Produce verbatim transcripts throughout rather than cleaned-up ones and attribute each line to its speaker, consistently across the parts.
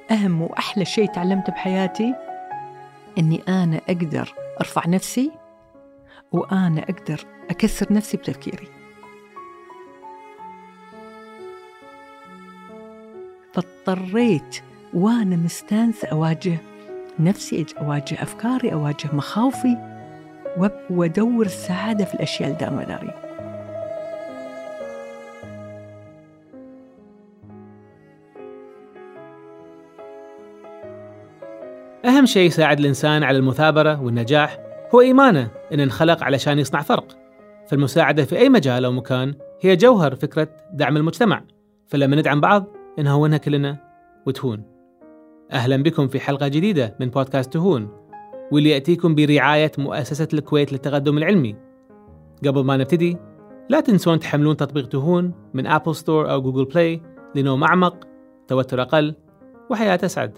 Speaker 1: أهم وأحلى شيء تعلمته بحياتي أني أنا أقدر أرفع نفسي وأنا أقدر أكسر نفسي بتفكيري. فاضطريت وأنا مستانسة أواجه نفسي، أواجه أفكاري، أواجه مخاوفي، وأدور السعادة في الأشياء الدار مداري.
Speaker 2: أهم شيء يساعد الإنسان على المثابرة والنجاح هو إيمانه إن انخلق علشان يصنع فرق. فالمساعدة في أي مجال أو مكان هي جوهر فكرة دعم المجتمع، فلما ندعم بعض نهونها كلنا وتهون. أهلا بكم في حلقة جديدة من بودكاست تهون، واللي يأتيكم برعاية مؤسسة الكويت للتقدم العلمي. قبل ما نبتدي لا تنسون تحملون تطبيق تهون من أبل ستور أو جوجل بلاي لنوم أعمق، توتر أقل، وحياة أسعد.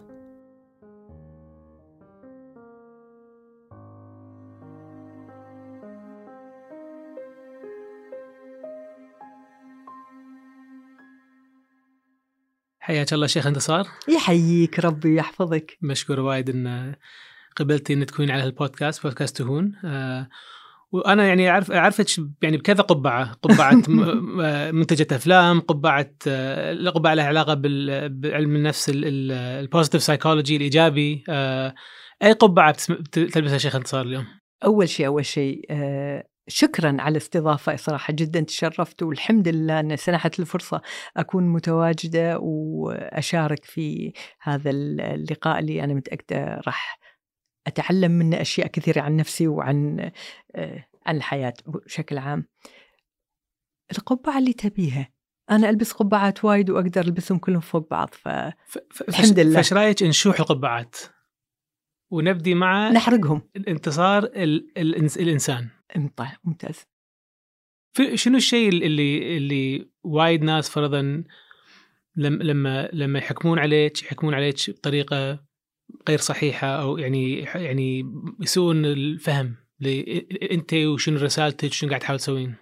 Speaker 2: حياك الله شيخ انتصار.
Speaker 1: يحييك ربي يحفظك.
Speaker 2: مشكور وايد ان قبلتي ان تكوني على هالبودكاست بودكاست تهون. آه وانا يعني اعرف اعرفك يعني بكذا قبعه، قبعه منتجة افلام، قبعه آه قبعه لها علاقه بعلم النفس، البوزيتيف سايكولوجي الايجابي. آه اي قبعه تلبسها شيخ انتصار اليوم؟
Speaker 1: اول شيء اول شيء آه شكراً على الاستضافة، صراحة جداً تشرفت، والحمد لله أن سنحت الفرصة أكون متواجدة وأشارك في هذا اللقاء اللي أنا متأكدة راح أتعلم منه أشياء كثيرة عن نفسي وعن عن الحياة بشكل عام. القبعة اللي تبيها، أنا ألبس قبعات وايد وأقدر ألبسهم كلهم فوق بعض، فالحمد لله.
Speaker 2: فش رأيك نشوح القبعات ونبدي مع
Speaker 1: نحرقهم؟
Speaker 2: انتصار الإنسان.
Speaker 1: طيب ممتاز.
Speaker 2: شنو الشيء اللي اللي وايد ناس فرضا لما لما لما يحكمون عليك يحكمون عليك بطريقه غير صحيحه، او يعني يعني يسوون الفهم انت وشنو رسالتك وشنو قاعد تحاول تسوين؟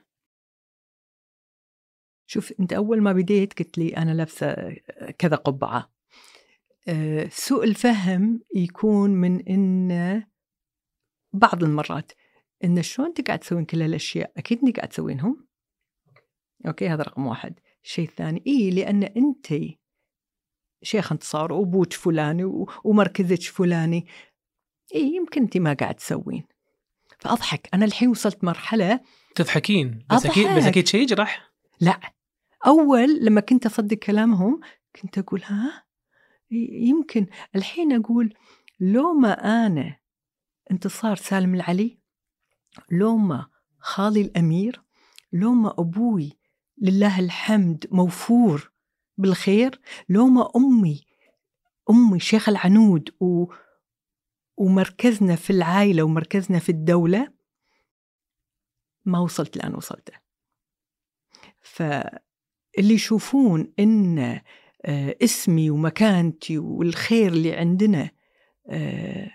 Speaker 1: شوف، انت اول ما بديت قلت لي انا لابسه كذا قبعه. أه سوء الفهم يكون من ان بعض المرات إن شلون أنت قاعد تسوين كل هالأشياء، أكيد أنت قاعد تسوينهم. أوكي، هذا رقم واحد. الشيء الثاني إيه، لأن أنت شيخ انتصار وأبوك فلاني ومركزك فلاني، إيه يمكن أنت ما قاعد تسوين. فأضحك. أنا الحين وصلت مرحلة
Speaker 2: تضحكين بس أضحك. أكيد بس أكيد شيء يجرح.
Speaker 1: لا، أول لما كنت أصدق كلامهم كنت أقول ها يمكن. الحين أقول لو ما أنا انتصار سالم العلي، لو ما خالي الأمير، لو ما أبوي لله الحمد موفور بالخير، لو ما أمي أمي شيخ العنود و... ومركزنا في العائلة ومركزنا في الدولة، ما وصلت لأن وصلته. فاللي يشوفون إن اسمي ومكانتي والخير اللي عندنا آه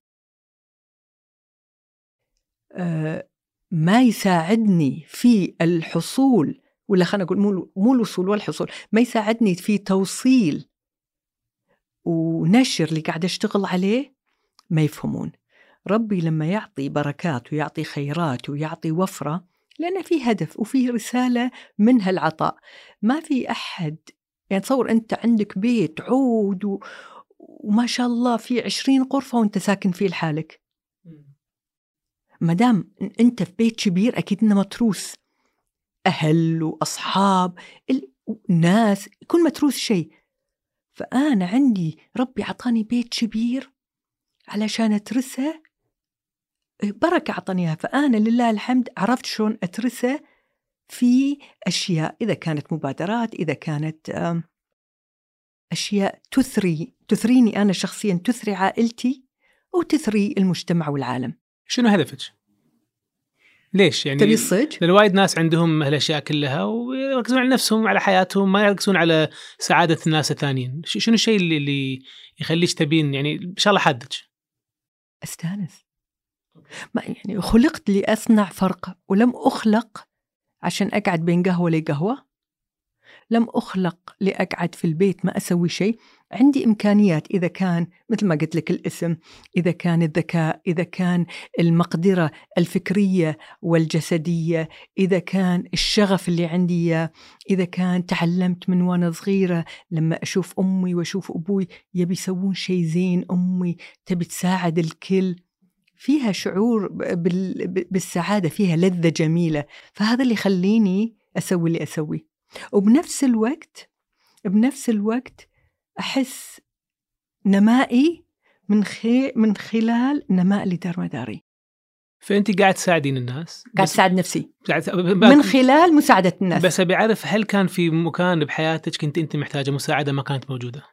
Speaker 1: آه ما يساعدني في الحصول، ولا خلنا نقول مو مو الوصول والحصول، ما يساعدني في توصيل ونشر اللي قاعد أشتغل عليه، ما يفهمون. ربي لما يعطي بركات ويعطي خيرات ويعطي وفرة، لأن في هدف وفي رسالة من هالعطاء. ما في أحد يعني تصور أنت عندك بيت عود و... وما شاء الله في عشرين غرفة وأنت ساكن فيه لحالك. مدام أنت في بيت كبير أكيد إنه متروس، أهل وأصحاب الناس يكون متروس شيء. فأنا عندي ربي عطاني بيت كبير علشان أترسه، بركة عطانيها. فأنا لله الحمد عرفت شلون أترسه في أشياء، إذا كانت مبادرات، إذا كانت أشياء تثري تثريني أنا شخصيا، تثري عائلتي وتثري المجتمع والعالم.
Speaker 2: شنو هدفك؟ ليش يعني
Speaker 1: تبي الصج؟
Speaker 2: الوايد ناس عندهم هالاشياء كلها ويركزون على نفسهم على حياتهم، ما يركزون على سعاده الناس الثانيين. شنو الشيء اللي اللي يخليك تبين يعني ان شاء الله حدك؟
Speaker 1: استانس. ما يعني خلقت لأصنع فرق، ولم أخلق عشان أقعد بين قهوة لقهوة. لم أخلق لأقعد في البيت ما أسوي شيء. عندي إمكانيات، إذا كان مثل ما قلت لك الاسم، إذا كان الذكاء، إذا كان المقدرة الفكرية والجسدية، إذا كان الشغف اللي عندي، إذا كان تعلمت من وأنا صغيرة لما أشوف أمي وأشوف أبوي يبي يسوون شيء زين، أمي تبي تساعد الكل، فيها شعور بالسعادة، فيها لذة جميلة. فهذا اللي يخليني أسوي اللي أسوي. وبنفس الوقت بنفس الوقت أحس نمائي من خي من خلال نماء لدار مداري.
Speaker 2: فأنت قاعد تساعدين الناس،
Speaker 1: قاعد تساعد نفسي
Speaker 2: قاعد
Speaker 1: من خلال مساعدة الناس.
Speaker 2: بس أبي أعرف، هل كان في مكان بحياتك كنت أنت محتاجة مساعدة ما كانت موجودة؟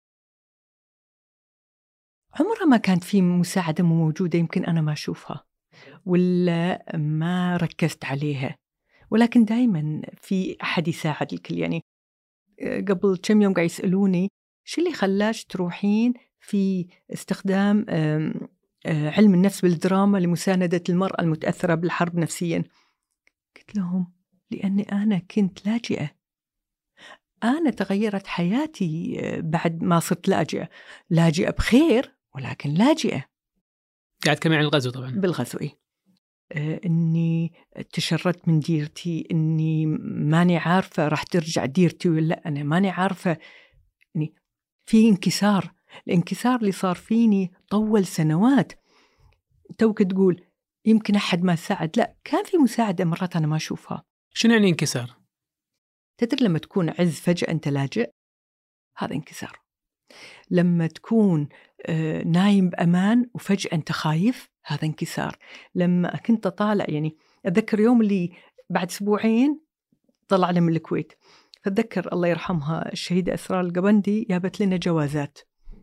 Speaker 1: عمرها ما كانت في مساعدة موجودة، يمكن أنا ما أشوفها ولا ما ركزت عليها، ولكن دايما في أحد يساعد الكل. يعني قبل كم يوم قاعد يسألوني شو اللي خلاش تروحين في استخدام علم النفس بالدراما لمساندة المرأة المتأثرة بالحرب نفسيا. قلت لهم لأني أنا كنت لاجئة، أنا تغيرت حياتي بعد ما صرت لاجئة، لاجئة بخير ولكن لاجئة.
Speaker 2: قاعد كمان عن الغزو طبعا.
Speaker 1: بالغزو إيه؟ آه إني تشردت من ديرتي، إني ماني عارفة راح ترجع ديرتي ولا أنا ماني عارفة. إني في انكسار، الانكسار اللي صار فيني طول سنوات. توك تقول يمكن أحد ما ساعد، لا، كان في مساعدة مرات أنا ما أشوفها.
Speaker 2: شنو يعني انكسار؟
Speaker 1: تدري لما تكون عز فجأة أنت لاجئ، هذا انكسار. لما تكون آه نايم بأمان وفجأة أنت خايف، هذا انكسار. لما كنت طالع، يعني أتذكر يوم اللي بعد أسبوعين طلعنا من الكويت، فأتذكر الله يرحمها الشهيدة أسرار القبندي جابت لنا جوازات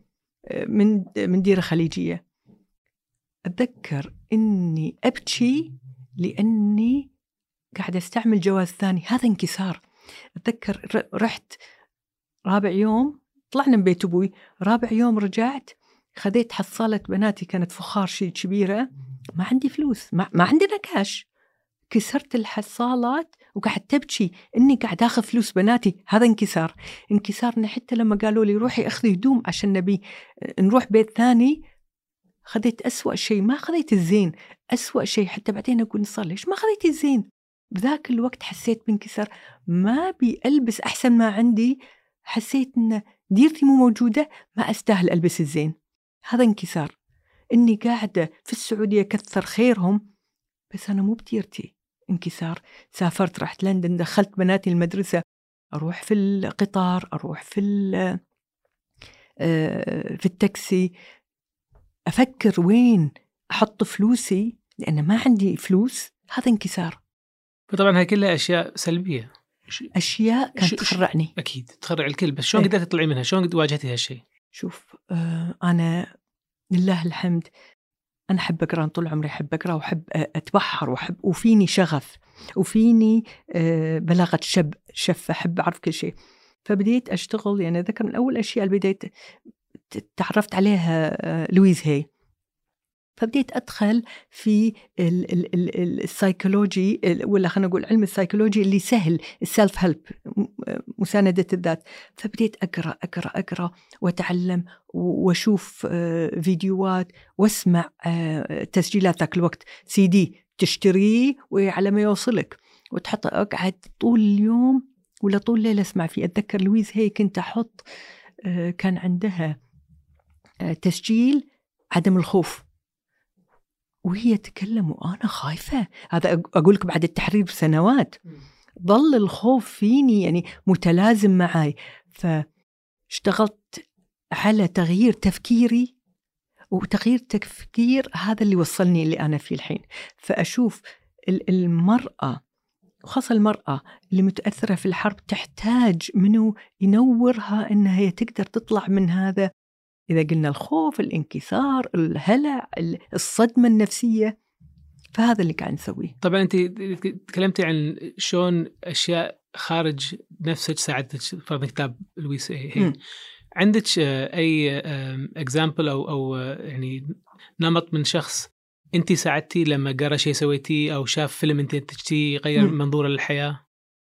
Speaker 1: من من ديرة خليجية. أتذكر إني أبكي لأني قاعدة أستعمل جواز ثاني، هذا انكسار. أتذكر رحت رابع يوم طلعنا من بيت أبوي، رابع يوم رجعت خذيت حصالة بناتي كانت فخار شيء كبيرة، ما عندي فلوس، ما, ما عندنا كاش، كسرت الحصالات وقاعد تبكي إني قاعد أخذ فلوس بناتي. هذا انكسار. انكسارنا حتى لما قالوا لي روحي أخذي هدوم عشان نبي نروح بيت ثاني، خذيت أسوأ شيء، ما خذيت الزين، أسوأ شيء. حتى بعدين أقول صار ليش ما خذيت الزين؟ بذاك الوقت حسيت بانكسار، ما بي ألبس أحسن ما عندي، حسيت إن ديرتي مو موجودة، ما أستاهل ألبس الزين. هذا انكسار. إني قاعدة في السعودية كثر خيرهم بس أنا مو بديرتي، انكسار. سافرت رحت لندن، دخلت بناتي المدرسة، أروح في القطار، أروح في في التاكسي، أفكر وين أحط فلوسي لأن ما عندي فلوس، هذا انكسار.
Speaker 2: فطبعا هاي كلها أشياء سلبية،
Speaker 1: أشياء كانت تخرعني.
Speaker 2: أكيد تخرع الكل، بس شلون قدرت تطلعي منها؟ شلون واجهتي هالشيء؟
Speaker 1: شوف آه أنا لله الحمد، أنا أحب أقرأ طول عمري، أحب أقرأ وأحب أتبحر وأحب، وفيني شغف وفيني آه بلاغة شب شف، أحب أعرف كل شيء. فبديت أشتغل، يعني ذكر من أول أشياء اللي بديت تعرفت عليها آه لويز هاي. فبديت أدخل في السايكولوجي، ولا خلينا نقول علم السايكولوجي اللي سهل، السيلف هيلب، مساندة الذات. فبديت أقرأ أقرأ أقرأ وأتعلم وأشوف فيديوهات وأسمع تسجيلات. ذاك الوقت سي دي تشتريه وعلى ما يوصلك وتحط، أقعد طول اليوم ولا طول الليل أسمع فيه. أتذكر لويز هي كنت أحط، كان عندها تسجيل عدم الخوف وهي تكلم وأنا خايفة. هذا أقولك بعد التحرير بسنوات ظل الخوف فيني يعني متلازم معي. فاشتغلت على تغيير تفكيري، وتغيير تفكير هذا اللي وصلني اللي أنا فيه الحين. فأشوف المرأة، وخاصة المرأة اللي متأثرة في الحرب، تحتاج منه ينورها إنها هي تقدر تطلع من هذا. إذا قلنا الخوف، الانكسار، الهلع، الصدمة النفسية، فهذا اللي قاعد نسويه.
Speaker 2: طبعا أنت تكلمتي عن شلون أشياء خارج نفسك ساعدتك في كتاب لويس هي. عندك أي example أو أو يعني نمط من شخص أنت ساعدتي لما قرأ شيء سويتيه، أو شاف فيلم أنت تشتي غير منظوره للحياة؟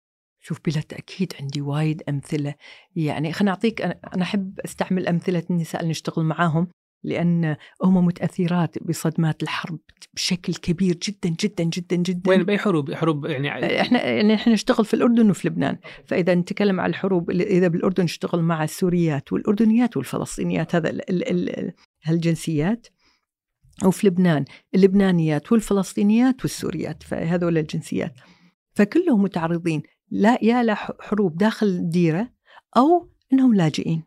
Speaker 1: شوف بلا تأكيد عندي وايد أمثلة. يعني خلنا أعطيك، أنا أحب أستعمل أمثلة النساء اللي نشتغل معاهم، لأن هم متأثرات بصدمات الحرب بشكل كبير جدا جدا جدا جدا.
Speaker 2: وين بأي حروب؟ حروب يعني
Speaker 1: إحنا يعني إحنا نشتغل في الأردن وفي لبنان، فإذا نتكلم عن الحروب، إذا بالأردن نشتغل مع السوريات والأردنيات والفلسطينيات، هذا ال ال هالجنسيات، وفي لبنان اللبنانيات والفلسطينيات والسوريات، فهذول الجنسيات، فكلهم متعرضين لا يا لا حروب داخل الديرة أو إنهم لاجئين.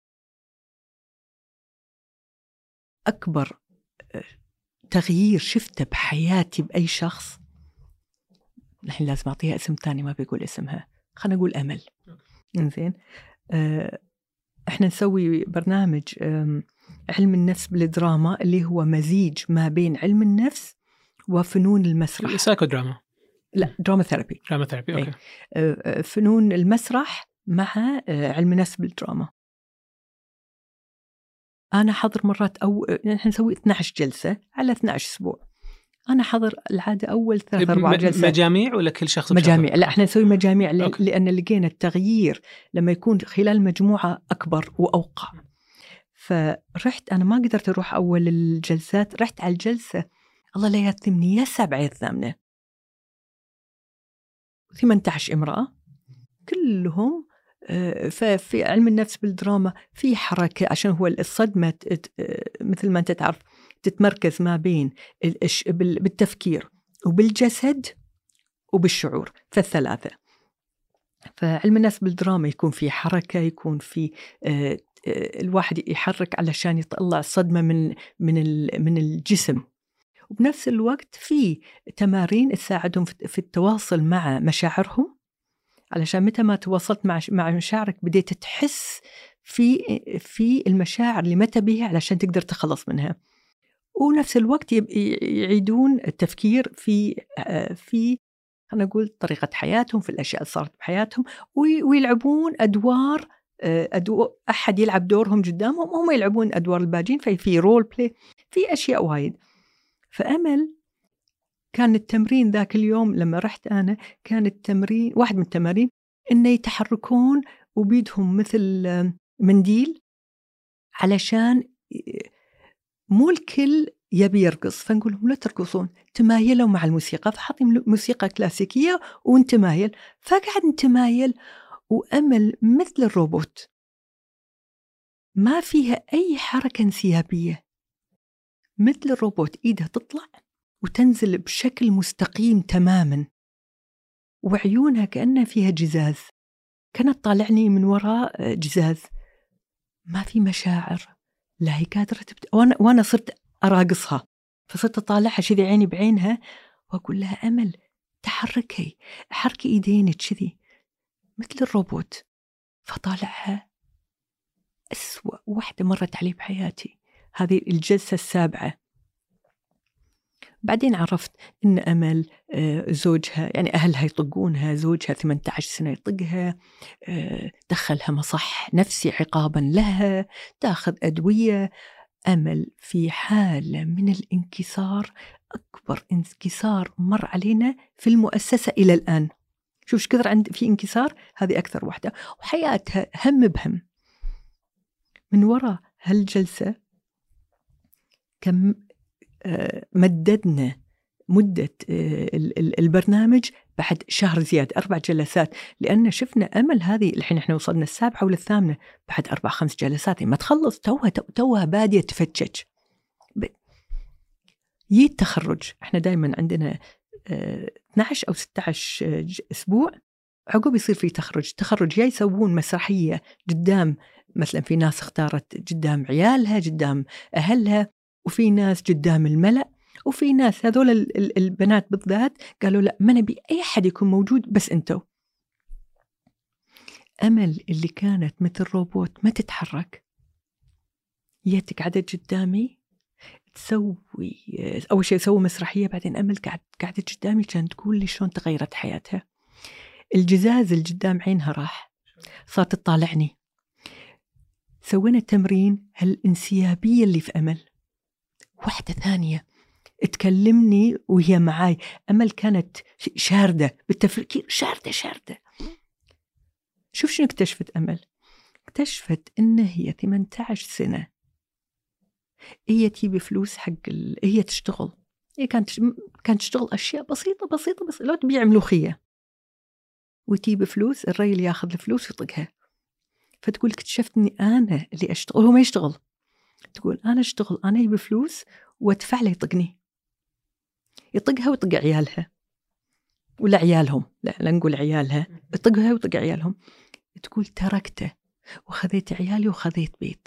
Speaker 1: أكبر تغيير شفته بحياتي بأي شخص، الحين لازم أعطيها اسم تاني ما بيقول اسمها، خلنا نقول أمل. إنزين، إحنا نسوي برنامج علم النفس بالدراما، اللي هو مزيج ما بين علم النفس وفنون المسرح.
Speaker 2: سايكو دراما؟
Speaker 1: لا، دراما ثيرابي.
Speaker 2: دراما ثيرابي، أوكي.
Speaker 1: فنون المسرح مع علم النفس بالدراما. أنا حضر مرات، أو نحن نسوي اثنتي عشرة جلسة على اثني عشر أسبوع. أنا حضر العادة أول ثلاث أربع جلسات.
Speaker 2: مجاميع ولا كل شخص؟
Speaker 1: مجاميع. لا، إحنا نسوي مجاميع ل... لأن لقينا التغيير لما يكون خلال مجموعة أكبر وأوقع. فرحت، أنا ما قدرت أروح أول الجلسات، رحت على الجلسة الله لا يثمني يا سبعة يا ثامنة، ثمانية عشر امرأة كلهم. ففي علم النفس بالدراما في حركة، عشان هو الصدمة مثل ما أنت تعرف تتمركز ما بين بالتفكير وبالجسد وبالشعور، فالثلاثة. فعلم النفس بالدراما يكون في حركة، يكون في الواحد يحرك علشان يطلع الصدمة من من من الجسم، وبنفس الوقت في تمارين تساعدهم في التواصل مع مشاعرهم، علشان متى ما تواصلت مع مع مشاعرك بديت تحس في في المشاعر اللي متى بيها علشان تقدر تخلص منها. ونفس الوقت يعيدون التفكير في في أنا أقول طريقة حياتهم، في الأشياء اللي صارت بحياتهم، ويلعبون أدوار أدوار أحد يلعب دورهم قدامهم، وهم يلعبون أدوار الباجين، في في رول بلاي، في أشياء وايد. فأمل كان التمرين ذاك اليوم لما رحت أنا، كان التمرين واحد من التمارين إنه يتحركون وبيدهم مثل منديل، علشان مو الكل يبي يرقص، فنقول لهم لا ترقصون، تمايلوا مع الموسيقى، فحطي موسيقى كلاسيكية ونتمايل. فقعد نتمايل، وأمل مثل الروبوت ما فيها أي حركة انسيابية، مثل الروبوت، إيدها تطلع وتنزل بشكل مستقيم تماماً، وعيونها كأنها فيها جزاز، كانت طالعني من وراء جزاز، ما في مشاعر، لا هي قادرة تبت... وأنا, وأنا صرت أراقصها، فصرت أطالعها شذي عيني بعينها، وأقول لها أمل تحركي، حركي إيدينك كذي مثل الروبوت. فطالعها أسوأ واحدة مرت علي بحياتي، هذه الجلسة السابعة. بعدين عرفت إن أمل زوجها، يعني أهلها يطقونها، زوجها ثمانية عشر سنة يطقها، دخلها مصح نفسي عقابا لها، تأخذ أدوية. أمل في حالة من الانكسار، أكبر انكسار مر علينا في المؤسسة إلى الآن. شوف كثر عند في انكسار، هذه أكثر واحدة، وحياتها هم بهم. من وراء هالجلسة كم مددنا مدة البرنامج بعد شهر زيادة، أربع جلسات، لأن شفنا أمل هذه الحين إحنا وصلنا السابعة ولا الثامنة، بعد أربع خمس جلسات ما تخلص، توها توها بادية تفتش. يي التخرج، إحنا دائما عندنا اثني عشر أو ستة عشر أسبوع عقب يصير في تخرج. تخرج يا يسوون مسرحية قدام، مثلا في ناس اختارت قدام عيالها، قدام أهلها، وفي ناس قدام الملأ، وفي ناس هذول البنات بالذات قالوا لا ما نبي أي حد يكون موجود بس أنتوا. أمل اللي كانت مثل روبوت ما تتحرك، يتك عدد قدامي تسوي أول شيء سوي مسرحية، بعدين أمل قاعد قاعدة قدامي كانت تقول لي شلون تغيرت حياتها. الجزاز اللي قدام عينها راح، صارت تطالعني. سوينا تمرين هالانسيابية اللي في أمل. واحدة ثانية تكلمني وهي معاي، أمل كانت شاردة بالتفكير، شاردة شاردة شوف شنو اكتشفت أمل. اكتشفت إن هي ثمانية عشر سنة هي تجيب فلوس حق ال... هي تشتغل، هي كانت كانت تشتغل أشياء بسيطة بسيطة بس لو تبيع ملوخية وتجيب فلوس، الرجل ياخذ الفلوس ويطقها. فتقول اكتشفت إني أنا اللي أشتغل، هو ما يشتغل. تقول أنا أشتغل، أنا يجيب فلوس وأدفع له يطقني، يطقها ويطق عيالها ولا عيالهم، لا لا نقول عيالها، يطقها ويطق عيالهم. تقول تركته وخذيت عيالي وخذيت بيت.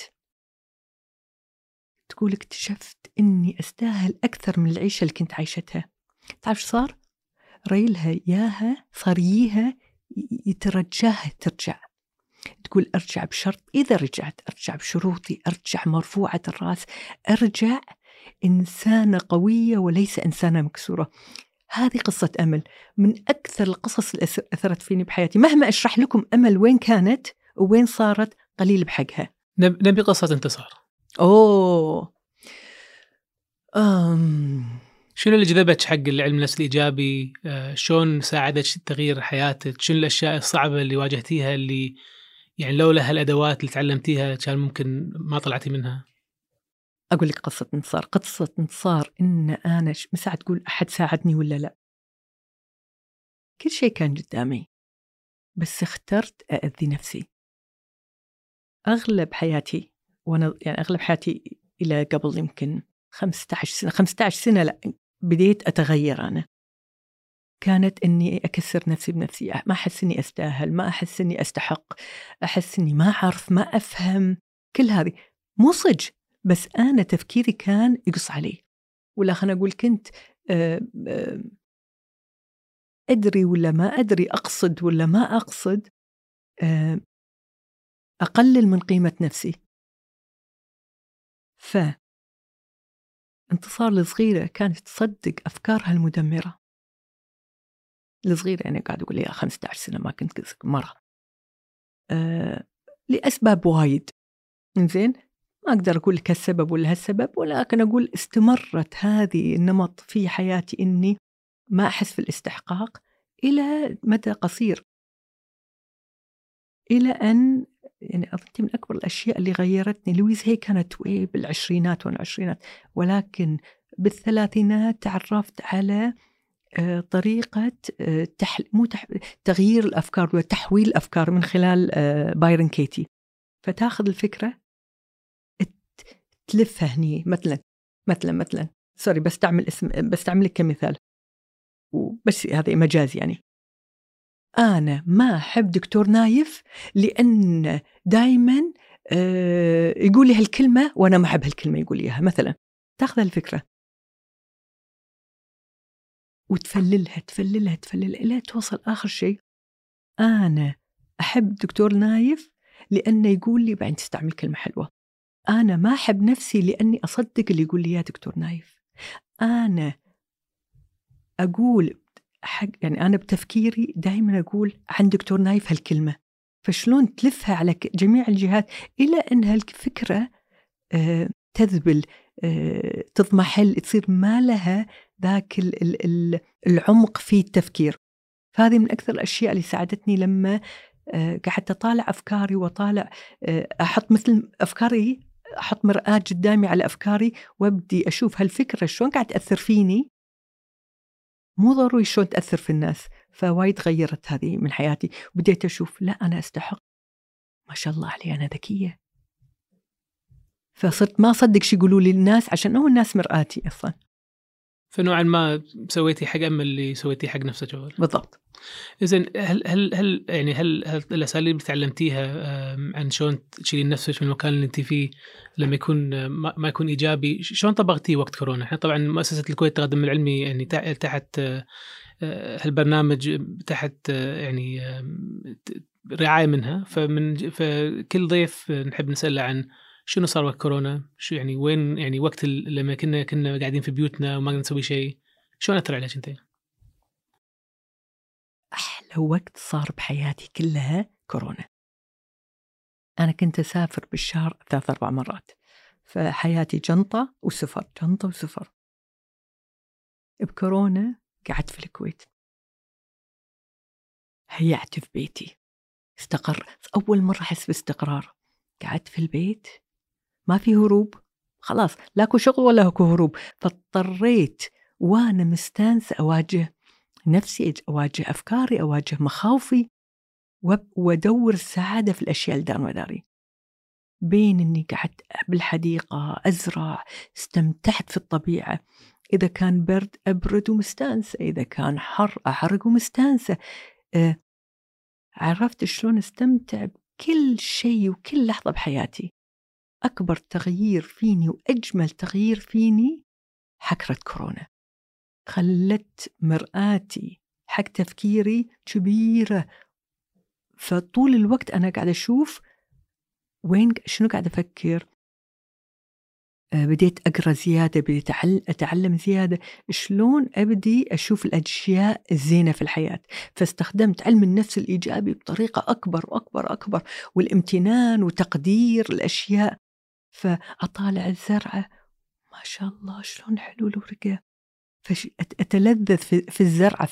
Speaker 1: تقول اكتشفت إني أستاهل أكثر من العيشة اللي كنت عايشتها. تعرف شو صار؟ ريلها ياها صار ييها يترجاها ترجع. تقول أرجع بشرط، إذا رجعت أرجع بشروطي، أرجع مرفوعة الرأس، أرجع إنسانة قوية وليس إنسانة مكسورة. هذه قصة أمل من أكثر القصص اللي أثرت فيني بحياتي. مهما أشرح لكم أمل وين كانت وين صارت قليل بحقها.
Speaker 2: نبي قصة انتصار.
Speaker 1: أوه أم...
Speaker 2: شنو اللي جذبك حق العلم النفس الإيجابي؟ آه، شلون ساعدك تغيير حياتك؟ شنو الأشياء الصعبة اللي واجهتيها اللي يعني لولا هالأدوات اللي تعلمتيها كان ممكن ما طلعتي منها؟
Speaker 1: أقول لك قصة انتصار. قصة انتصار إن أنا ش... مساعد تقول أحد ساعدني ولا لا، كل شيء كان قدامي بس اخترت أأذي نفسي. أغلب حياتي وأنا يعني أغلب حياتي إلى قبل يمكن خمسة عشر سنة خمسة عشر سنة لا بديت أتغير. أنا كانت إني أكسر نفسي بنفسي، ما أحس إني أستاهل، ما أحس إني أستحق، أحس إني ما أعرف، ما أفهم. كل هذه مو صج، بس أنا تفكيري كان يقص عليه. ولا خلنا أقول كنت أدري ولا ما أدري، أقصد ولا ما أقصد، أقلل من قيمة نفسي. ف انتصار الصغيرة كانت تصدق أفكارها المدمرة. الصغيرة يعني قاعد أقول لي خمسة عشر سنة ما كنت مرة أه لأسباب وايد. إنزين ما أقدر أقول لك هالسبب ولا هالسبب، ولكن أقول استمرت هذه النمط في حياتي إني ما أحس في الاستحقاق إلى مدى قصير، إلى أن يعني أظن من أكبر الأشياء اللي غيرتني لويز هي كانت وإيه بالعشرينات والعشرينات، ولكن بالثلاثينات تعرفت على طريقة تحل... مو تح... تغيير الأفكار وتحويل الأفكار من خلال بايرن كيتي. فتاخذ الفكرة تلفها هني، مثلا مثلا مثلا سوري بستعمل اسم بستعملك كمثال وبس هذا مجاز. يعني أنا ما أحب دكتور نايف لأن دايما يقول لي هالكلمة وأنا ما أحب هالكلمة يقول لي إياها مثلا. تاخذ الفكرة وتفللها تفللها تفللها إلى توصل آخر شيء أنا أحب دكتور نايف لأنه يقول لي بعدين تستعمل كلمة حلوة. أنا ما أحب نفسي لأني أصدق اللي يقول لي يا دكتور نايف. أنا أقول حق يعني أنا بتفكيري دائما أقول عن دكتور نايف هالكلمة. فشلون تلفها على جميع الجهات إلى أن هالفكرة آه تذبل آه تضمحل، تصير ما لها ذاك العمق في التفكير. فهذه من أكثر الأشياء اللي ساعدتني لما آه قعدت أطالع أفكاري وطالع آه أحط مثل أفكاري، أحط مرآة قدامي على أفكاري وابدي أشوف هالفكرة شلون قاعد تأثر فيني، مو ضروري شلون تأثر في الناس. فوايد غيرت هذه من حياتي وبديت أشوف لا أنا أستحق، ما شاء الله علي أنا ذكية. فصرت ما أصدق شي يقولوا لي الناس عشان هو الناس مرآتي أصلا.
Speaker 2: فنوعا ما سويتي حق أمل اللي سويتي حق نفسك أول.
Speaker 1: بالضبط.
Speaker 2: إذن هل هل هل يعني هل, هل الأساليب اللي تعلمتيها عن شلون تشيلين نفسك من المكان اللي أنت فيه لما يكون ما يكون إيجابي، شلون طبقتيه وقت كورونا؟ إحنا طبعا مؤسسة الكويت التقدم العلمي يعني تحت هالبرنامج تحت يعني رعاية منها، فمن فكل ضيف نحب نسأله عن شنو صار وقت كورونا، شو يعني وين يعني وقت لما كنا كنا قاعدين في بيوتنا وما نسوي شيء، شلون أثر عليك أنت؟
Speaker 1: أحلى وقت صار بحياتي كلها كورونا. أنا كنت أسافر بالشهر ثلاث أربع مرات، فحياتي جنطة وسفر جنطة وسفر. بكورونا قعدت في الكويت، هيعت في بيتي استقر. أول مرة أحس باستقرار. قعدت في البيت، ما في هروب، خلاص لاكو شغل ولا هكو هروب. فاضطريت وأنا مستانسة أواجه نفسي، أواجه أفكاري، أواجه مخاوفي، وأدور السعادة في الأشياء الدار مداري. بين أني قعدت بالحديقة أزرع، استمتعت في الطبيعة. إذا كان برد أبرد ومستانسة، إذا كان حر أحرق ومستانسة. أه عرفت شلون استمتع بكل شيء وكل لحظة بحياتي. أكبر تغيير فيني وأجمل تغيير فيني حكرة كورونا، خلت مرآتي حق تفكيري كبيرة. فطول الوقت أنا قاعدة أشوف وين شنو قاعدة أفكر. أه بديت أقرأ زيادة، بديت أتعلم زيادة شلون أبدي أشوف الأشياء الزينة في الحياة. فاستخدمت علم النفس الإيجابي بطريقة أكبر وأكبر أكبر، والامتنان وتقدير الأشياء. فأطالع الزرعة، ما شاء الله شلون حلو الورقة، فأتلذذ في الزرعة.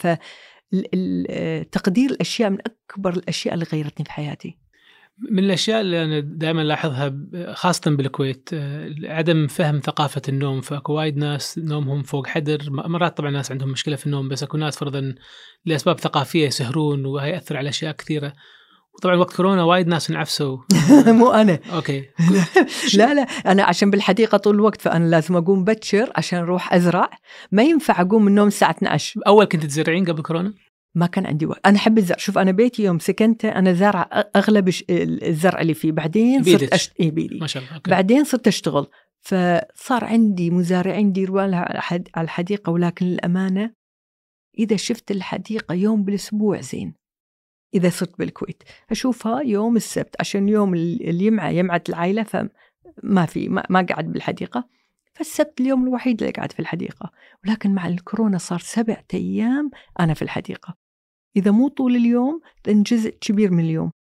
Speaker 1: فتقدير الأشياء من أكبر الأشياء اللي غيرتني في حياتي.
Speaker 2: من الأشياء اللي أنا دائما لاحظها خاصة بالكويت عدم فهم ثقافة النوم. فأكو وايد ناس نومهم فوق حدر، مرات طبعا ناس عندهم مشكلة في النوم، بس أكو ناس فرضا لأسباب ثقافية يسهرون، وهي يأثر على أشياء كثيرة. وطبعا وقت كورونا وايد ناس انعفسوا.
Speaker 1: مو أنا.
Speaker 2: أوكي.
Speaker 1: لا لا أنا عشان بالحديقة طول الوقت، فأنا لازم أقوم بكر عشان أروح أزرع. ما ينفع أقوم من النوم الساعة اثني عشر.
Speaker 2: أول كنت تزرعين قبل كورونا؟
Speaker 1: ما كان عندي وقت. أنا أحب الزرع. شوف أنا بيتي يوم سكنته أنا زارع أغلب الزرع اللي فيه. بعدين صرت أشت... إيه بيدي
Speaker 2: ما شاء الله. أوكي.
Speaker 1: بعدين صرت أشتغل، فصار عندي مزارعين يديروا على الحديقة. ولكن للأمانة إذا شفت الحديقة يوم بالأسبوع زين. إذا صرت بالكويت أشوفها يوم السبت، عشان يوم اليمعة يمعة العائلة، فما في ما, ما قاعد بالحديقة. فالسبت اليوم الوحيد اللي قاعد في الحديقة. ولكن مع الكورونا صار سبعة أيام أنا في الحديقة، إذا مو طول اليوم لأن جزء كبير من اليوم.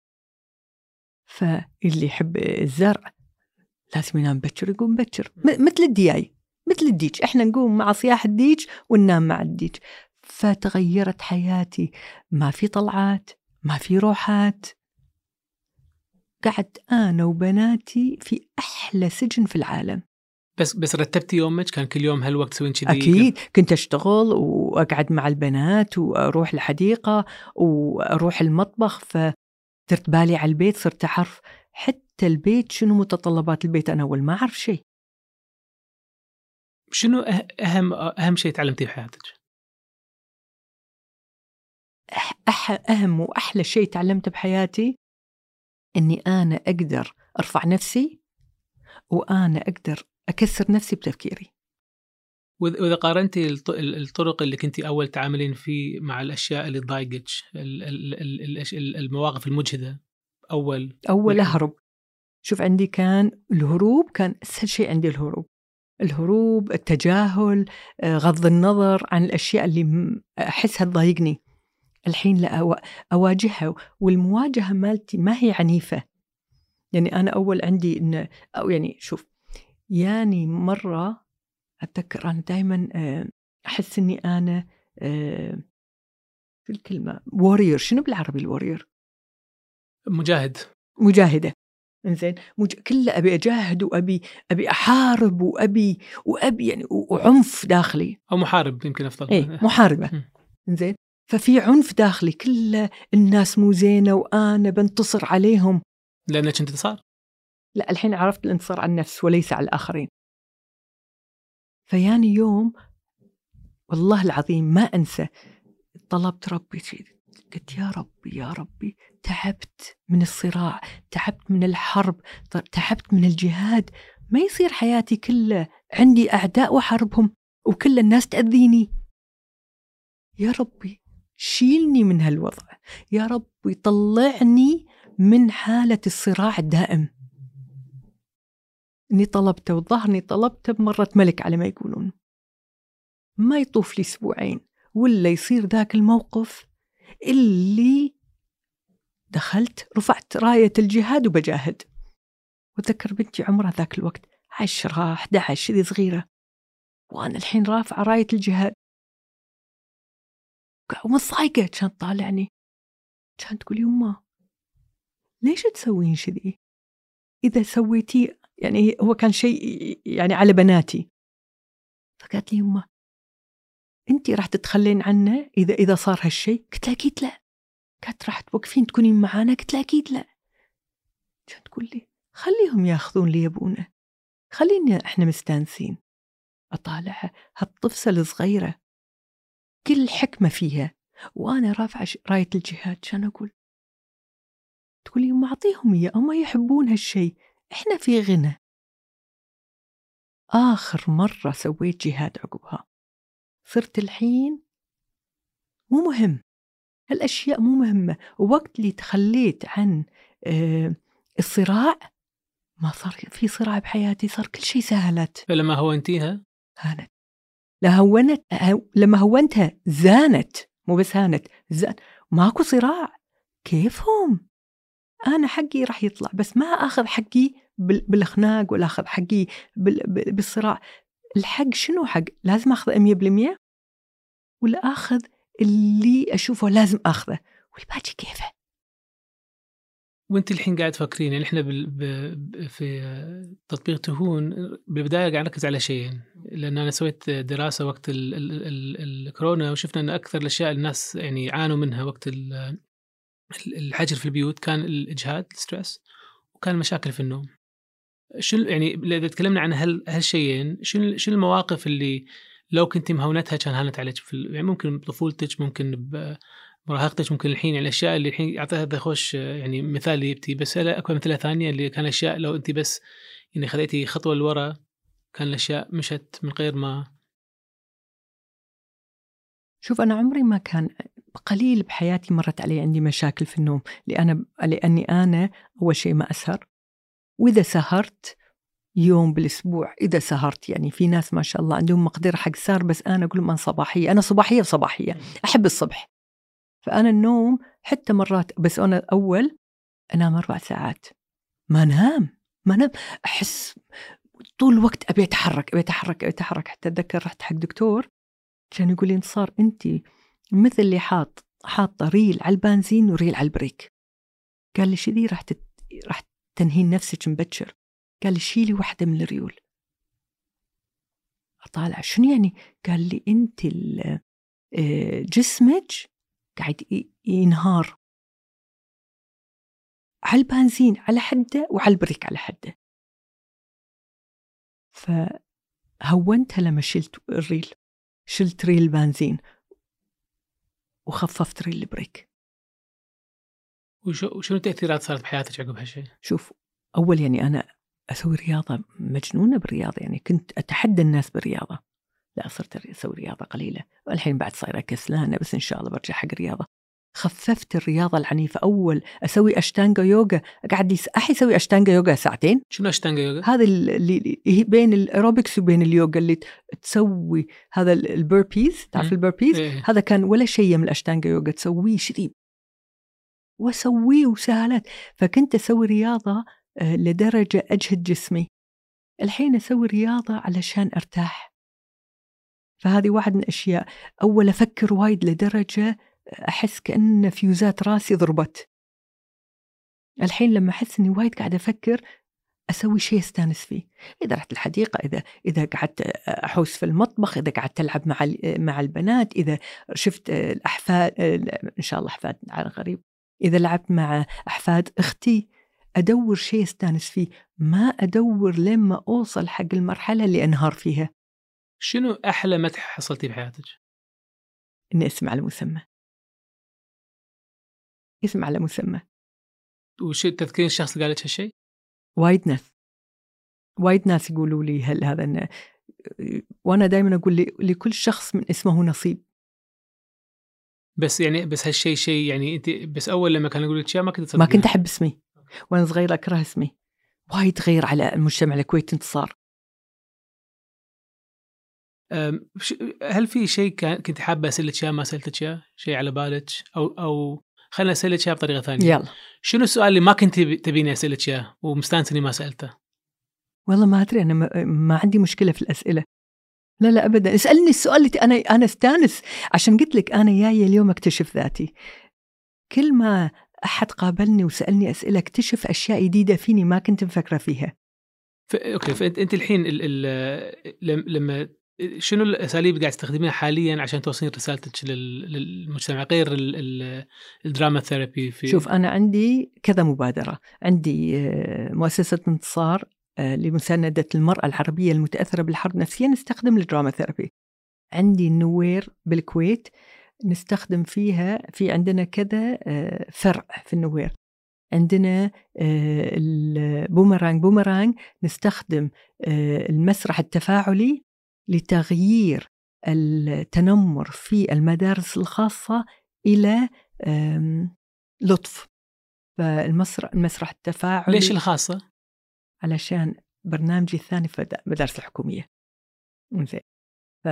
Speaker 1: فاللي يحب الزرع لازم ينام بكر، يقوم بكر مثل الدياي، مثل الديج. إحنا نقوم مع صياح الديج وننام مع الديج. فتغيرت حياتي، ما في طلعات، ما في روحات. قعدت أنا وبناتي في أحلى سجن في العالم.
Speaker 2: بس بس رتبتي يومك؟ كان كل يوم هالوقت تسوين كذي؟
Speaker 1: أكيد كنت أشتغل وأقعد مع البنات وأروح الحديقة وأروح المطبخ. فصرت بالي على البيت، صرت أعرف حتى البيت شنو متطلبات البيت. أنا أول ما أعرف شيء.
Speaker 2: شنو أهم أهم شيء تعلمتيه في حياتك؟
Speaker 1: أح أهم وأحلى شيء تعلمته بحياتي إني أنا أقدر أرفع نفسي، وأنا أقدر أكسر نفسي بتفكيري.
Speaker 2: وإذا قارنتي الطرق اللي كنتي أول تعاملين فيه مع الأشياء اللي تضايقك، المواقف المجهدة، أول
Speaker 1: أول أهرب. شوف عندي كان الهروب، كان أسهل شيء عندي الهروب. الهروب، التجاهل، غض النظر عن الأشياء اللي أحسها تضايقني. الحين لا، أواجهها. والمواجهة مالتي ما هي عنيفة. يعني أنا أول عندي إن أو يعني شوف، يعني مرة أتذكر أنا دايما أحس إني أنا في الكلمة وورير. شنو بالعربي الوورير؟
Speaker 2: مجاهد،
Speaker 1: مجاهدة. إنزين مج... كله أبي أجاهد وأبي أبي أحارب وأبي وأبي يعني وعنف داخلي.
Speaker 2: أو محارب يمكن أفضل.
Speaker 1: إيه محاربة. إنزين ففي عنف داخلي، كل الناس مو زينة وأنا بنتصر عليهم.
Speaker 2: لأنك أنت انتصار؟
Speaker 1: لا، الحين عرفت الانتصار على النفس وليس على الآخرين. فياني يوم والله العظيم ما أنسى، طلبت ربي شيء، قلت يا ربي يا ربي تعبت من الصراع، تعبت من الحرب، تعبت من الجهاد. ما يصير حياتي كلها عندي أعداء وحربهم وكل الناس تأذيني. يا ربي شيلني من هالوضع، يا ربي طلعني من حالة الصراع الدائم. إني طلبته وظهرني طلبته بمرة ملك على ما يقولون. ما يطوف لي أسبوعين ولا يصير ذاك الموقف اللي دخلت رفعت راية الجهاد وبجاهد. وذكر بنتي عمرها ذاك الوقت عشرة أحد عشر ذي صغيرة، وأنا الحين رافعة راية الجهاد ومصايقة. كانت طالعني كانت تقول يما ليش تسوين شذي؟ إذا سويتي يعني هو كان شيء يعني على بناتي. فقالت لي يمه أنتي راح تتخلين عنه إذا إذا صار هالشيء؟ قلت لها أكيد لا. قالت راح توقفين تكونين معانا؟ قلت لها أكيد لا. كانت تقول لي خليهم ياخذون اللي يبونه، خلينا إحنا مستانسين. أطالعها هالطفسة الصغيرة كل حكمة فيها وأنا رافعة راية الجهاد. كان أقول تقولي ما أعطيهم إياه، هم يحبون هالشيء، إحنا في غنى. آخر مرة سويت جهاد عقبها صرت الحين مو مهم هالأشياء، مو مهمة. ووقت اللي تخليت عن آه الصراع ما صار في صراع بحياتي، صار كل شيء سهلت.
Speaker 2: فلما هونتيها
Speaker 1: هانت، لا هونت لما هونتها زانت، مو بس هانت زان. ماكو صراع، كيفهم؟ أنا حقي راح يطلع، بس ما أخذ حقي بالخناق ولا أخذ حقي بالصراع. الحق شنو حق؟ لازم أخذ مية بالمية ولا أخذ اللي أشوفه لازم أخذه والباقي كيفه؟
Speaker 2: وانت الحين قاعد تفكرين يعني احنا بال... ب... في تطبيق تهون بالبدايه قاعد نركز على شيئين، لان انا سويت دراسه وقت ال... ال... ال... الكورونا وشفنا ان اكثر الاشياء الناس يعني يعانوا منها وقت ال... الحجر في البيوت كان الاجهاد الستريس، وكان مشاكل في النوم. شو يعني اذا تكلمنا عن هال هالشيئين، شو شو المواقف اللي لو كنت مهونتها كان هانت عليك في ال... يعني ممكن بطفولتك، ممكن ب... مراهقتك، ممكن الحين يعني الاشياء اللي الحين اعطيها هذا خوش يعني مثال يبتي، بس لا اكو مثلها ثانيه اللي كان اشياء لو انت بس يعني خذيتي خطوه لورا كان الاشياء مشت من غير ما.
Speaker 1: شوف انا عمري ما كان قليل بحياتي مرت علي عندي مشاكل في النوم، لأنا لاني انا اول شيء ما اسهر، واذا سهرت يوم بالاسبوع اذا سهرت، يعني في ناس ما شاء الله عندهم مقدره حق سهر، بس انا اقول لهم صباحيه، انا صباحيه وصباحيه احب الصبح. فأنا النوم حتى مرات بس أنا أول أنام أربع ساعات ما نام ما نام أحس طول الوقت أبي أتحرك أبي أتحرك أبي أتحرك. حتى أتذكر رحت حق دكتور كان يقول لي انتصار أنت مثل اللي حاط حاطة ريل على البنزين وريل على البريك. قال لي شذي راح تت... راح تنهين نفسك مبكر. قال لي شيلي واحدة من الريول. أطالع شنو يعني؟ قال لي أنت جسمك قاعد ينهار على البنزين على حده وعلى البريك على حده. فهونتها لما شلت الريل، شلت ريل البنزين وخففت ريل البريك.
Speaker 2: وشو شنو التأثيرات صارت بحياتك عقب هالشيء؟
Speaker 1: شوف أول يعني أنا أسوي رياضة، مجنونة بالرياضة، يعني كنت أتحدى الناس بالرياضة. لا صرت أسوي رياضة قليلة، والحين بعد صايرة كسلانة، بس إن شاء الله برجع حق الرياضة. خففت الرياضة العنيفة. أول أسوي أشتانغا يوغا، قاعد أحي أسوي أشتانغا يوغا ساعتين.
Speaker 2: شنو أشتانغا يوغا؟
Speaker 1: هذا اللي هي بين الأيروبكس وبين اليوغا، اللي تسوي هذا البربيز، تعرف البربيز؟
Speaker 2: إيه.
Speaker 1: هذا كان ولا شيء من الأشتانغا يوغا، تسويه شديد وأسويه وسهلات. فكنت أسوي رياضة لدرجة أجهد جسمي. الحين أسوي رياضة علشان أرتاح. فهذه واحد من الأشياء. أول أفكر وايد لدرجة أحس كأن فيوزات راسي ضربت. الحين لما أحس أني وايد قاعدة أفكر أسوي شيء استانس فيه. إذا رحت الحديقة، إذا إذا قعدت أحوس في المطبخ، إذا قعدت ألعب مع مع البنات، إذا شفت الأحفاد، إن شاء الله أحفاد على غريب، إذا لعبت مع أحفاد أختي، أدور شيء استانس فيه، ما أدور لما أوصل حق المرحلة اللي أنهار فيها.
Speaker 2: شنو أحلى مدح حصلتي بحياتك؟
Speaker 1: إني اسم على مسمى. اسم على مسمى.
Speaker 2: وش تذكرين الشخص اللي قال لك هالشيء؟
Speaker 1: وايد ناس وايد ناس يقولوا لي هل هذا إن... وأنا دائما أقول لي لكل شخص من اسمه نصيب.
Speaker 2: بس يعني بس هالشيء شيء يعني أنت بس أول لما كان يقول لك ما كنت
Speaker 1: ما كنت أحب اسمي، وأنا صغيرة أكره اسمي. وايد غير على المجتمع الكويتي انتصار.
Speaker 2: هل في شيء كنت حابة أسألك ما سألتك إياه، شيء على بالك، أو أو خلنا أسألك إياه بطريقة ثانية؟
Speaker 1: يلا.
Speaker 2: شنو السؤال اللي ما كنت تبيني أسألك إياه ومستانسني ما سألته؟
Speaker 1: والله ما أدري، أنا ما, ما عندي مشكلة في الأسئلة. لا لا أبدا، اسألني السؤال اللي أنا أنا استانس، عشان قلت لك أنا جاية اليوم أكتشف ذاتي. كل ما أحد قابلني وسألني أسئلة، اكتشف أشياء جديدة فيني ما كنت مفكرة فيها.
Speaker 2: ف... أوكي، فأنت أنت الحين ال... ال... لما شنو الأساليب قاعد تستخدميها حاليا عشان توصلين رسالتك لل... للمجتمع غير ال... ال... الدراما ثيرابي؟ في
Speaker 1: شوف، أنا عندي كذا مبادرة. عندي مؤسسة انتصار لمساندة المرأة العربية المتأثرة بالحرب نفسيا، نستخدم الدراما ثيرابي. عندي النوير بالكويت نستخدم فيها، في عندنا كذا فرع في النوير. عندنا البومرانج بومرانج نستخدم المسرح التفاعلي لتغيير التنمر في المدارس الخاصة إلى لطف. فالمسرح المسرح التفاعلي.
Speaker 2: ليش الخاصة؟
Speaker 1: علشان برنامجي الثاني في المدارس الحكومية. ف...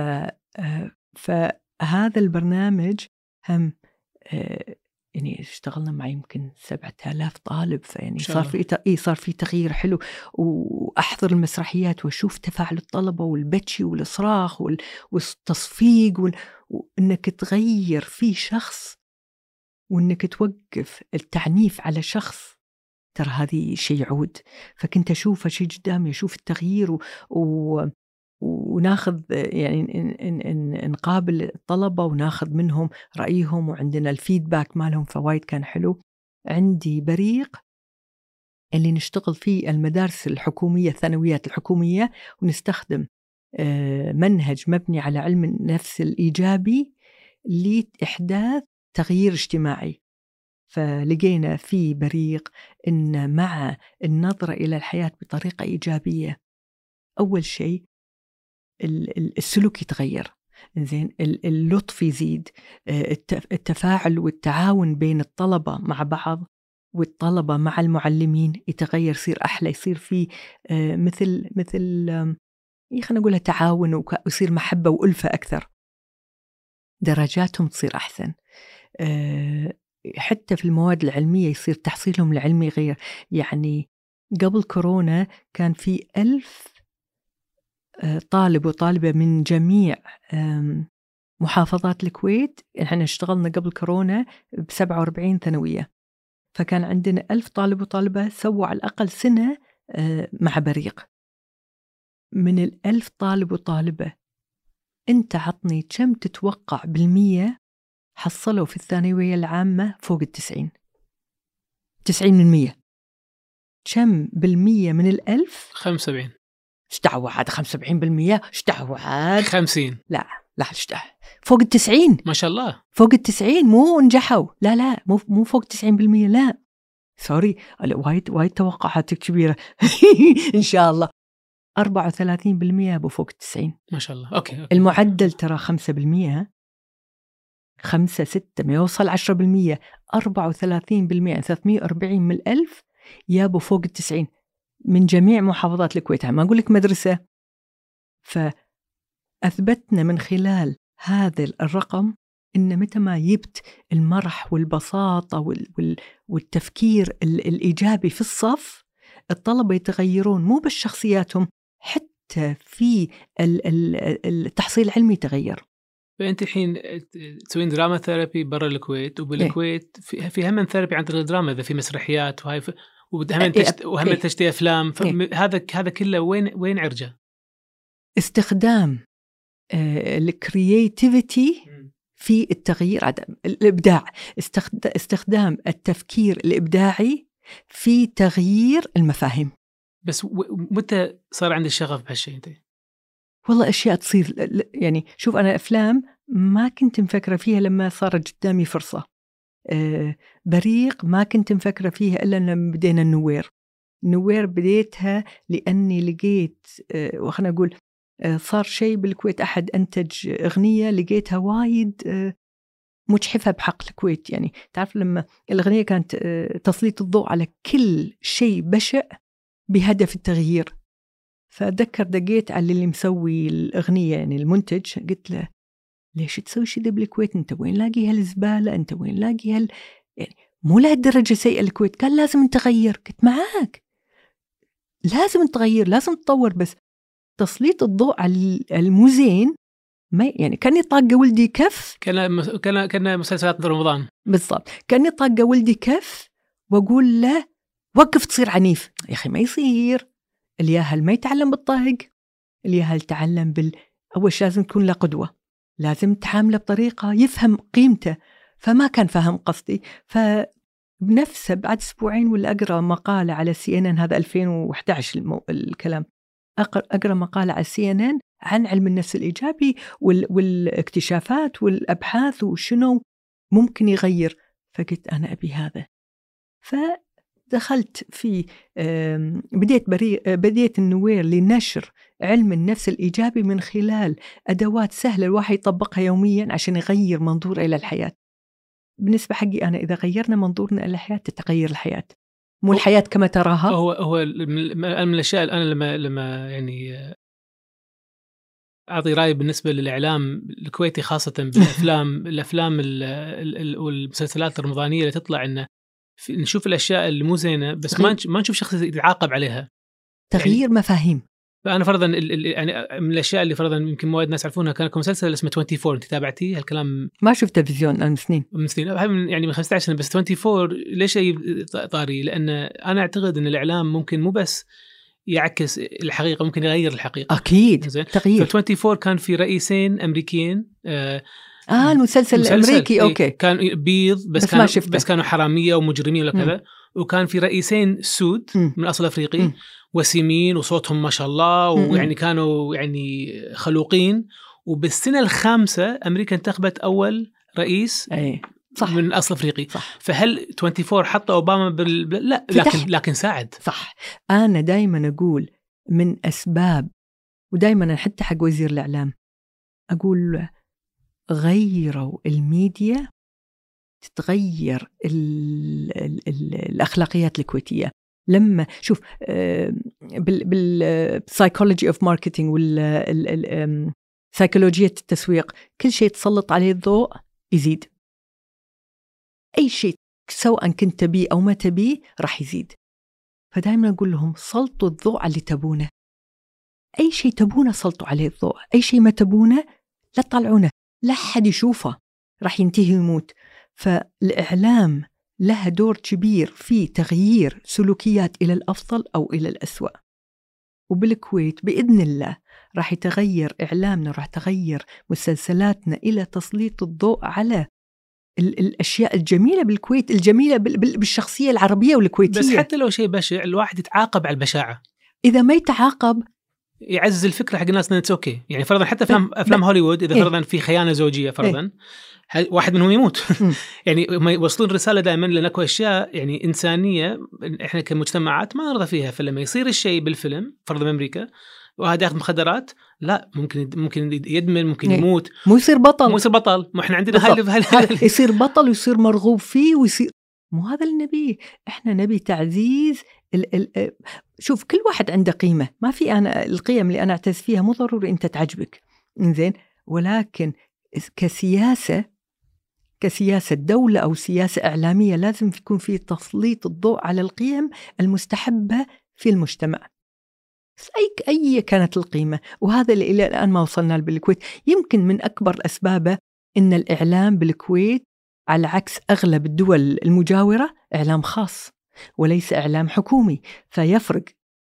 Speaker 1: فهذا البرنامج هم يعني اشتغلنا مع يمكن سبعة آلاف طالب، فيعني صار في إيه صار في تغيير حلو. وأحضر المسرحيات وأشوف تفاعل الطلبة والبتشي والصراخ وال... والتصفيق وال... وإنك تغير في شخص وإنك توقف التعنيف على شخص، ترى هذه شيء يعود. فكنت أشوف شيء قدامي، أشوف التغيير و... و... وناخذ يعني نقابل الطلبة وناخذ منهم رأيهم، وعندنا الفيدباك مالهم، فوايد كان حلو. عندي بريق اللي نشتغل فيه المدارس الحكومية، الثانويات الحكومية، ونستخدم منهج مبني على علم النفس الإيجابي لإحداث تغيير اجتماعي. فلقينا في بريق إن مع النظرة إلى الحياة بطريقة إيجابية، أول شيء السلوك يتغير، زين، اللطف يزيد، التفاعل والتعاون بين الطلبة مع بعض والطلبة مع المعلمين يتغير، يصير أحلى، يصير فيه مثل مثل خلينا نقولها تعاون، ويصير محبة وألفة أكثر، درجاتهم تصير أحسن. حتى في المواد العلمية يصير تحصيلهم العلمي غير. يعني قبل كورونا كان في ألف طالب وطالبة من جميع محافظات الكويت. احنا اشتغلنا قبل كورونا بسبعة وأربعين ثانوية، فكان عندنا ألف طالب وطالبة سووا على الأقل سنة مع بريق. من الألف طالب وطالبة انت عطني كم تتوقع بالمية حصلوا في الثانوية العامة فوق التسعين؟ تسعين من مية. كم بالمية من الألف؟
Speaker 2: خمسة وسبعين.
Speaker 1: اشتعوا عاد خمسة وسبعين بالمية، اشتعوا عاد
Speaker 2: خمسين.
Speaker 1: لا لا اشتعوا فوق التسعين.
Speaker 2: ما شاء الله،
Speaker 1: فوق التسعين، مو نجحوا، لا لا مو مو فوق التسعين بالمية، لا سوري، وايد وايد توقعاتك كبيرة. إن شاء الله أربعة وثلاثين بالمية أبو فوق التسعين.
Speaker 2: ما شاء الله. أوكي, أوكي.
Speaker 1: المعدل ترى خمسة بالمية، خمسة ستة ما يوصل عشرة بالمية. أربعة وثلاثين بالمية ثلاثمية وأربعين من الألف يابو فوق التسعين من جميع محافظات الكويت، ما أقول لك مدرسة. فأثبتنا من خلال هذا الرقم إن متى ما جبت المرح والبساطة والتفكير الإيجابي في الصف، الطلبة يتغيرون، مو بس شخصياتهم، حتى في التحصيل العلمي يتغير.
Speaker 2: فأنت الحين تسوين دراما ثيرابي برا الكويت، وبالكويت في في هم ثيرابي عن طريق الدراما، إذا في مسرحيات وهاي ف... وهم تشت... وهم تشتي أفلام، هذا هذا كله وين وين عرجه؟
Speaker 1: استخدام الكرياتيفيتي في التغيير، الإبداع، استخدام التفكير الإبداعي في تغيير المفاهيم.
Speaker 2: بس متى صار عندي شغف بهالشيء انت؟
Speaker 1: والله أشياء تصير، يعني شوف أنا أفلام ما كنت مفكرة فيها لما صارت قدامي فرصة. أه بريق ما كنت مفكرة فيها إلا لما بدينا النوير. النوير بديتها لأني لقيت أه وخلنا أقول أه صار شيء بالكويت، أحد أنتج أغنية لقيتها وايد أه مجحفة بحق الكويت. يعني تعرف لما الأغنية كانت أه تسليط الضوء على كل شيء بشع بهدف التغيير. فأتذكر دقيت على اللي مسوي الأغنية، يعني المنتج، قلت له ليش تسوي شيء بالكويت؟ أنت وين لاقي هالزبالة؟ أنت وين لاقي هال يعني مو لهالدرجة سيئة الكويت. قال لازم نتغير. كنت معاك، لازم نتغير، لازم نتطور، بس تسليط الضوء على المو زين ما يعني كاني طاقة ولدي كف.
Speaker 2: كان كان كان مسلسلات رمضان
Speaker 1: بالضبط، كاني طاقة ولدي كف وأقول له وقف تصير عنيف. يا أخي ما يصير، الياهل ما يتعلم بالطاق، الياهل تعلم بال أول شيء لازم تكون له قدوة، لازم تعامله بطريقة يفهم قيمته. فما كان فهم قصدي. فبنفسه بعد أسبوعين ولا أقرأ مقالة على سي إن إن، هذا ألفين وإحدى عشر المو... الكلام، أقرأ, أقرأ مقالة على سي إن إن عن علم النفس الإيجابي وال... والاكتشافات والأبحاث وشنو ممكن يغير. فقلت أنا أبي هذا. فدخلت في بديت بري... بديت النوير لنشر علم النفس الإيجابي من خلال أدوات سهلة الواحد يطبقها يوميا عشان يغير منظور إلى الحياة. بالنسبة حقي أنا، إذا غيرنا منظورنا إلى الحياة تتغير الحياة، مو الحياة كما تراها.
Speaker 2: هو هو من الأشياء أنا لما لما يعني أعطي رأي بالنسبة للإعلام الكويتي خاصة بالأفلام الأفلام والمسلسلات الرمضانية اللي تطلع إنه نشوف الأشياء اللي مو زينة بس ما ما نشوف شخص يتعاقب عليها.
Speaker 1: تغيير يعني مفاهيم.
Speaker 2: فأنا فرضاً يعني من الأشياء اللي فرضاً يمكن مواد ناس يعرفونها، كان مسلسل اسمه أربعة وعشرين. أنت تابعتيه هالكلام؟
Speaker 1: ما شفت تلفزيون أنا من سنين
Speaker 2: من سنين يعني من خمسة عشر سنة. بس أربعة وعشرين ليش أي طاري؟ لأن أنا أعتقد أن الإعلام ممكن مو بس يعكس الحقيقة، ممكن يغير الحقيقة.
Speaker 1: أكيد
Speaker 2: زين.
Speaker 1: تغيير.
Speaker 2: في أربعة وعشرين كان في رئيسين أمريكيين آه,
Speaker 1: آه المسلسل الأمريكي أوكي.
Speaker 2: كان بيض بس, بس كانوا بس كانوا حرامية ومجرمين وكذا. وكان في رئيسين سود م. من أصل أفريقي م. وسيمين وصوتهم ما شاء الله، ويعني كانوا يعني خلوقين. وبالسنة الخامسة أمريكا انتخبت أول رئيس
Speaker 1: أي. صح.
Speaker 2: من أصل أفريقي.
Speaker 1: صح.
Speaker 2: فهل أربعة وعشرين حط أوباما بال... لا لكن لكن ساعد.
Speaker 1: صح. أنا دايما أقول من أسباب، ودايما حتى حق وزير الإعلام أقول غيروا الميديا تتغير ال ال ال الأخلاقيات الكويتية. لما شوف بالسايكولوجي اوف ماركتينج والسايكولوجية التسويق، كل شيء تسلط عليه الضوء يزيد. أي شيء سواء كنت تبيه أو ما تبيه راح يزيد. فدائما أقول لهم سلطوا الضوء على اللي تبونه. أي شيء تبونه سلطوا عليه الضوء، أي شيء ما تبونه لا تطلعونه، لا حد يشوفه، راح ينتهي ويموت. فالإعلام لها دور كبير في تغيير سلوكيات إلى الأفضل أو إلى الأسوأ. وبالكويت بإذن الله راح يتغير إعلامنا، راح تغير مسلسلاتنا إلى تسليط الضوء على ال- الأشياء الجميلة بالكويت، الجميلة بال- بال- بالشخصية العربية والكويتية.
Speaker 2: بس حتى لو شيء بشع الواحد يتعاقب على البشاعة.
Speaker 1: إذا ما يتعاقب
Speaker 2: يعزز الفكرة حق الناس إنه أوكي. يعني فرضاً حتى أفلام أفلام هوليوود إذا فرضاً في خيانة زوجية فرضاً واحد منهم يموت يعني ما يوصلون رسالة دائما لنكو أشياء يعني إنسانية إحنا كمجتمعات ما نرضى فيها. فلما يصير الشيء بالفيلم فرضاً أمريكا وهذا ياخذ مخدرات، لا ممكن ممكن يدمن، ممكن يموت،
Speaker 1: مو يصير بطل،
Speaker 2: مو يصير بطل. ما إحنا عندنا هاي
Speaker 1: هاي يصير بطل ويصير مرغوب فيه ويصير. مو هذا النبي. إحنا نبي تعزيز ال ال شوف كل واحد عنده قيمة. ما في أنا القيم اللي أنا أعتز فيها مو ضروري أنت تعجبك إنزين، ولكن كسياسة كسياسة دولة أو سياسة إعلامية لازم يكون في تسليط الضوء على القيم المستحبة في المجتمع أي أي كانت القيمة. وهذا اللي إلى الآن ما وصلنا بالكويت. يمكن من أكبر أسبابه إن الإعلام بالكويت على عكس أغلب الدول المجاورة إعلام خاص وليس إعلام حكومي، فيفرق.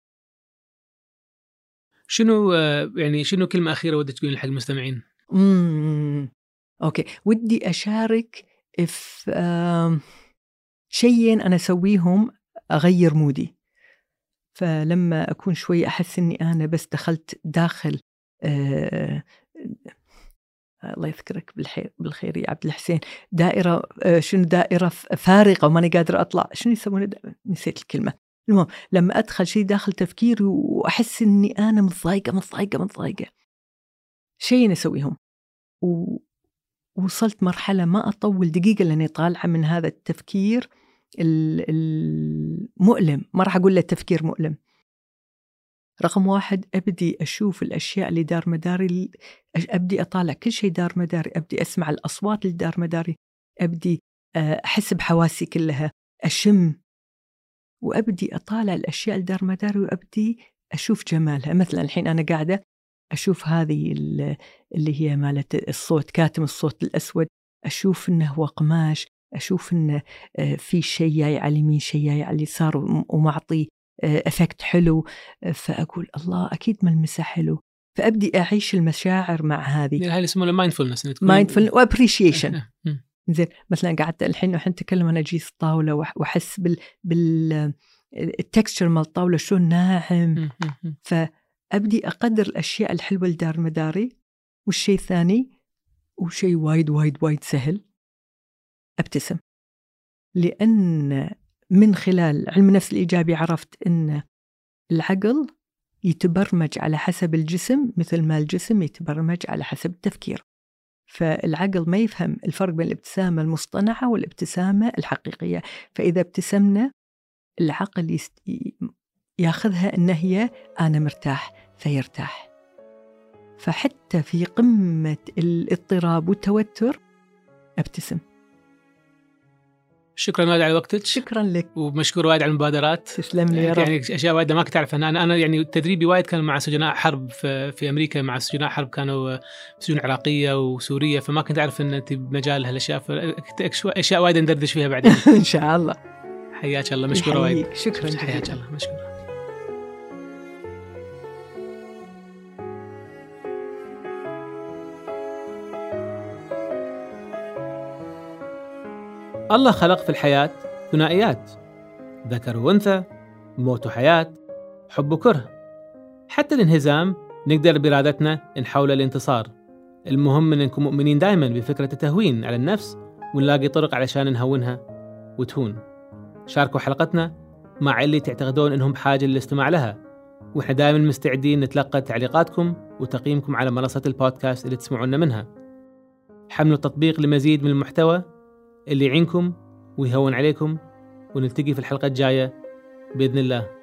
Speaker 2: شنو يعني شنو كلمة أخيرة ودك تقول لحق المستمعين؟
Speaker 1: امم اوكي، ودي اشارك في شيئين انا اسويهم اغير مودي. فلما اكون شوي احس اني انا بس دخلت داخل آه الله يذكرك بالخير بالخير يا عبد الحسين، دائره آه شنو دائره فارغه وماني قادره اطلع، شنو يسمونه، نسيت الكلمه. المهم لما ادخل شيء داخل تفكيري واحس اني انا متضايقه متضايقه متضايقه شيئين اسويهم. ووصلت مرحلة ما أطول دقيقة لأني طالعة من هذا التفكير المؤلم. ما راح أقول له تفكير مؤلم. رقم واحد، أبدي أشوف الأشياء اللي دار مداري، أبدي أطالع كل شيء دار مداري، أبدي أسمع الأصوات اللي دار مداري، أبدي أحس بحواسي كلها، أشم، وأبدي أطالع الأشياء اللي دار مداري وأبدي أشوف جمالها. مثلا الحين أنا قاعدة أشوف هذه اللي هي مالت الصوت، كاتم الصوت الأسود، أشوف إنه هو قماش، أشوف إنه في شيء جاي على اليمين شيء جاي على اليسار ومعطي إفكت حلو، فأقول الله أكيد ملمسه حلو، فأبدي أعيش المشاعر مع هذه.
Speaker 2: هاي اللي يسمونها مايندفولنس،
Speaker 1: مايندفولنس وابريشيشن. زين مثلا قعدت الحين وحين نتكلم أنا أجيس الطاولة وأحس بال بال التكستشر مال الطاولة شلون ناعم، فأبدي أقدر الأشياء الحلوة اللي دار مداري. والشيء الثاني وشيء وايد وايد وايد سهل، أبتسم، لأن من خلال علم النفس الإيجابي عرفت أن العقل يتبرمج على حسب الجسم مثل ما الجسم يتبرمج على حسب التفكير. فالعقل ما يفهم الفرق بين الابتسامة المصطنعة والابتسامة الحقيقية، فإذا ابتسمنا العقل يست... ياخذها أن هي أنا مرتاح فيرتاح. فحتى في قمة الاضطراب والتوتر أبتسم.
Speaker 2: شكرا وايد على وقتك.
Speaker 1: شكرا لك،
Speaker 2: ومشكور وايد على المبادرات.
Speaker 1: تسلم لي يا رب.
Speaker 2: يعني اشياء وايد ما كنت اعرف. انا انا يعني تدريبي وايد كان مع سجناء حرب في, في امريكا، مع سجناء حرب كانوا سجون عراقيه وسوريه، فما كنت اعرف ان انت بمجال هالاشياء، اشياء وايد ندردش فيها بعدين.
Speaker 1: ان شاء الله.
Speaker 2: حياك الله، مشكوره وايد.
Speaker 1: شكرا.
Speaker 2: حياك الله، مشكوره. الله خلق في الحياة ثنائيات، ذكر وأنثى، موت وحياة، حب وكره. حتى الانهزام نقدر بإرادتنا نحوله لانتصار. المهم أن نكون مؤمنين دائما بفكرة التهوين على النفس، ونلاقي طرق علشان نهونها وتهون. شاركوا حلقتنا مع اللي تعتقدون أنهم بحاجة للاستماع لها، وإحنا دائما مستعدين نتلقى تعليقاتكم وتقييمكم على منصة البودكاست اللي تسمعونا منها. حملوا التطبيق لمزيد من المحتوى اللي يعينكم ويهون عليكم، ونلتقي في الحلقة الجاية بإذن الله.